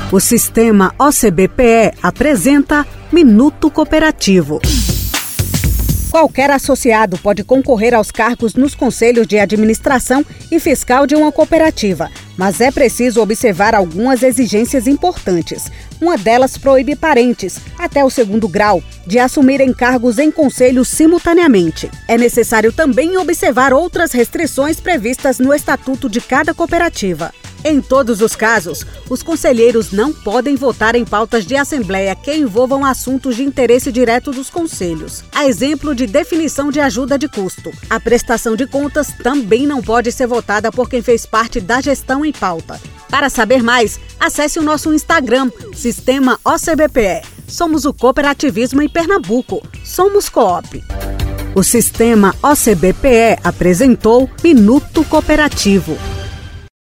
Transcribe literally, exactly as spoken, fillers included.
O Sistema O C B P E apresenta Minuto Cooperativo. Qualquer associado pode concorrer aos cargos nos conselhos de administração e fiscal de uma cooperativa, mas é preciso observar algumas exigências importantes. Uma delas proíbe parentes, até o segundo grau, de assumirem cargos em conselhos simultaneamente. É necessário também observar outras restrições previstas no estatuto de cada cooperativa. Em todos os casos, os conselheiros não podem votar em pautas de assembleia que envolvam assuntos de interesse direto dos conselhos. A exemplo de definição de ajuda de custo. A prestação de contas também não pode ser votada por quem fez parte da gestão em pauta. Para saber mais, acesse o nosso Instagram, Sistema O C B P E. Somos o cooperativismo em Pernambuco. Somos Coop. O Sistema O C B P E apresentou Minuto Cooperativo.